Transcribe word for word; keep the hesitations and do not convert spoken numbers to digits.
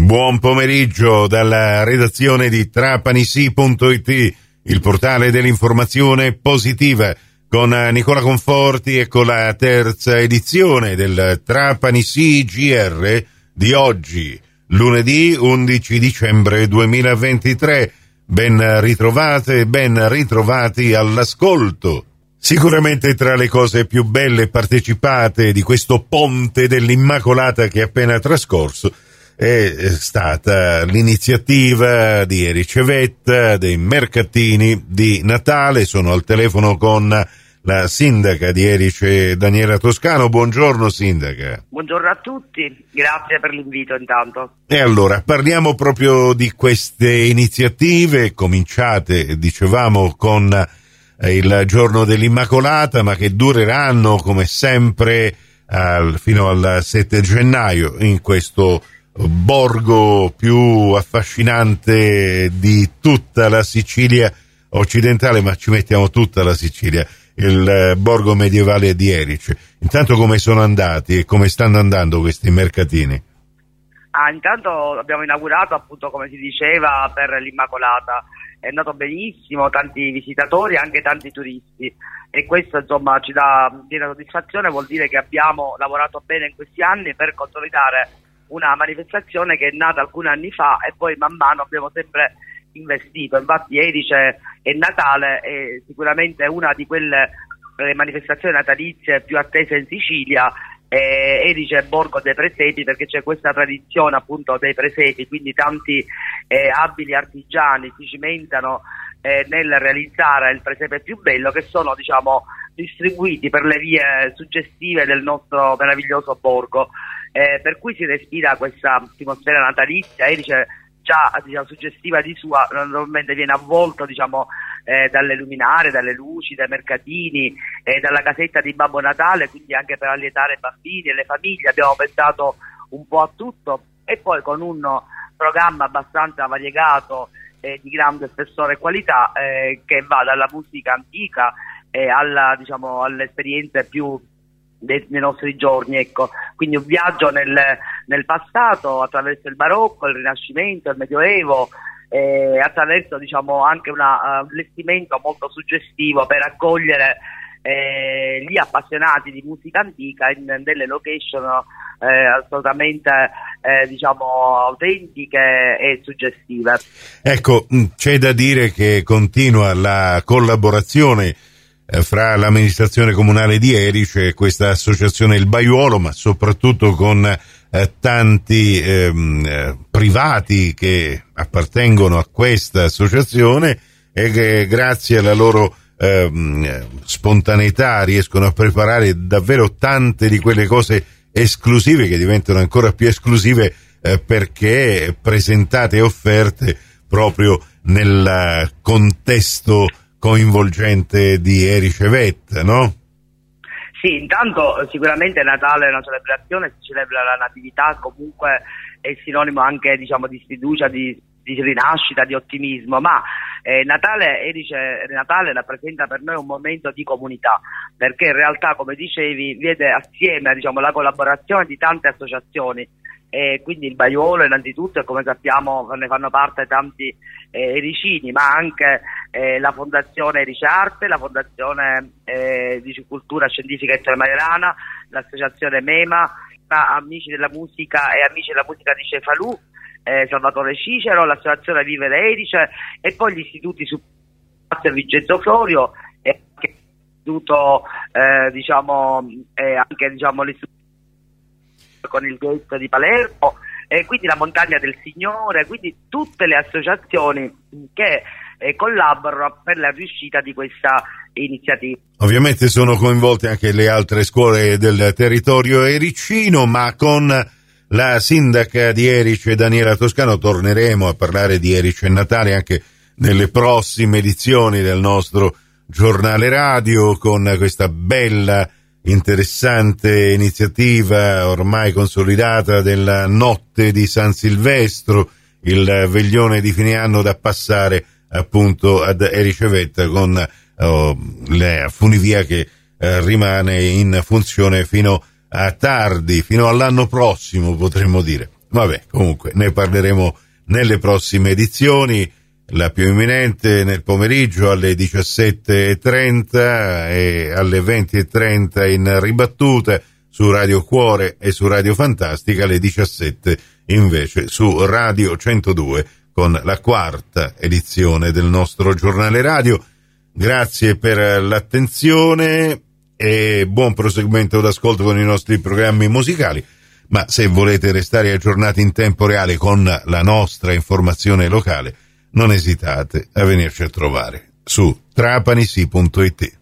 Buon pomeriggio dalla redazione di Trapanisi punto it, il portale dell'informazione positiva, con Nicola Conforti e con la terza edizione del Trapanisi G R di oggi, lunedì undici dicembre duemilaventitré. Ben ritrovate e ben ritrovati all'ascolto. Sicuramente tra le cose più belle partecipate di questo ponte dell'Immacolata che è appena trascorso è stata l'iniziativa di Erice Vetta dei mercatini di Natale. Sono al telefono con la sindaca di Erice, Daniela Toscano. Buongiorno sindaca. Buongiorno a tutti, grazie per l'invito intanto. E allora parliamo proprio di queste iniziative cominciate, dicevamo, con il giorno dell'Immacolata, ma che dureranno come sempre al, fino al sette gennaio in questo borgo più affascinante di tutta la Sicilia occidentale, ma ci mettiamo tutta la Sicilia, il borgo medievale di Erice. Intanto come sono andati e come stanno andando questi mercatini? Ah, intanto abbiamo inaugurato, appunto, come si diceva, per l'Immacolata. È andato benissimo, tanti visitatori, anche tanti turisti, e questo insomma ci dà piena soddisfazione. Vuol dire che abbiamo lavorato bene in questi anni per consolidare una manifestazione che è nata alcuni anni fa e poi man mano abbiamo sempre investito. Infatti Erice e Natale è sicuramente una di quelle eh, manifestazioni natalizie più attese in Sicilia. eh, Erice è Borgo dei Presepi, perché c'è questa tradizione appunto dei presepi, quindi tanti eh, abili artigiani si cimentano eh, nel realizzare il presepe più bello, che sono, diciamo, distribuiti per le vie suggestive del nostro meraviglioso borgo. Eh, per cui si respira questa atmosfera natalizia. Erice, già, diciamo, suggestiva di sua, normalmente viene avvolto, diciamo, eh, dalle luminarie, dalle luci, dai mercatini, eh, dalla casetta di Babbo Natale, quindi anche per allietare i bambini e le famiglie abbiamo pensato un po' a tutto, e poi con un programma abbastanza variegato eh, di grande spessore e qualità, eh, che va dalla musica antica eh, alla, diciamo, alle esperienze più dei, dei nostri giorni, ecco. Quindi un viaggio nel, nel passato attraverso il barocco, il rinascimento, il medioevo, eh, attraverso, diciamo, anche una, uh, un allestimento molto suggestivo per accogliere eh, gli appassionati di musica antica in, in delle location eh, assolutamente eh, diciamo autentiche e suggestive. Ecco, c'è da dire che continua la collaborazione fra l'amministrazione comunale di Erice e questa associazione Il Baiuolo, ma soprattutto con eh, tanti ehm, eh, privati che appartengono a questa associazione e che grazie alla loro ehm, spontaneità riescono a preparare davvero tante di quelle cose esclusive che diventano ancora più esclusive eh, perché presentate e offerte proprio nel contesto coinvolgente di Erice Vetta, no? Sì, intanto sicuramente Natale è una celebrazione, si celebra la natività, comunque è sinonimo anche, diciamo, di fiducia, di, di rinascita, di ottimismo, ma eh, Natale, Erice Natale rappresenta per noi un momento di comunità, perché in realtà, come dicevi, vede assieme, diciamo, la collaborazione di tante associazioni. E quindi il Baiuolo innanzitutto, e come sappiamo ne fanno parte tanti eh, ericini, ma anche eh, la Fondazione Erice Arte, la Fondazione eh, di Cultura Scientifica Extramaderana, l'associazione MEMA, Amici della Musica e Amici della Musica di Cefalù, eh, Salvatore Cicero, l'associazione Vivere Erice, e poi gli istituti su Vincenzo Florio e anche l'istituto eh, diciamo eh, anche diciamo l'istituto con il Gate di Palermo, e quindi la Montagna del Signore, quindi tutte le associazioni che eh, collaborano per la riuscita di questa iniziativa. Ovviamente sono coinvolte anche le altre scuole del territorio ericino, ma con la sindaca di Erice, Daniela Toscano, torneremo a parlare di Erice e Natale anche nelle prossime edizioni del nostro giornale radio, con questa bella, interessante iniziativa ormai consolidata della notte di San Silvestro, il veglione di fine anno da passare appunto ad Erice Vetta con oh, la funivia che eh, rimane in funzione fino a tardi, fino all'anno prossimo, potremmo dire. Vabbè, comunque ne parleremo nelle prossime edizioni, la più imminente nel pomeriggio alle diciassette e trenta e alle venti e trenta in ribattuta su Radio Cuore e su Radio Fantastica, alle diciassette invece su Radio centodue con la quarta edizione del nostro giornale radio. Grazie per l'attenzione e buon proseguimento d'ascolto con i nostri programmi musicali, ma se volete restare aggiornati in tempo reale con la nostra informazione locale, non esitate a venirci a trovare su trapanisi punto it.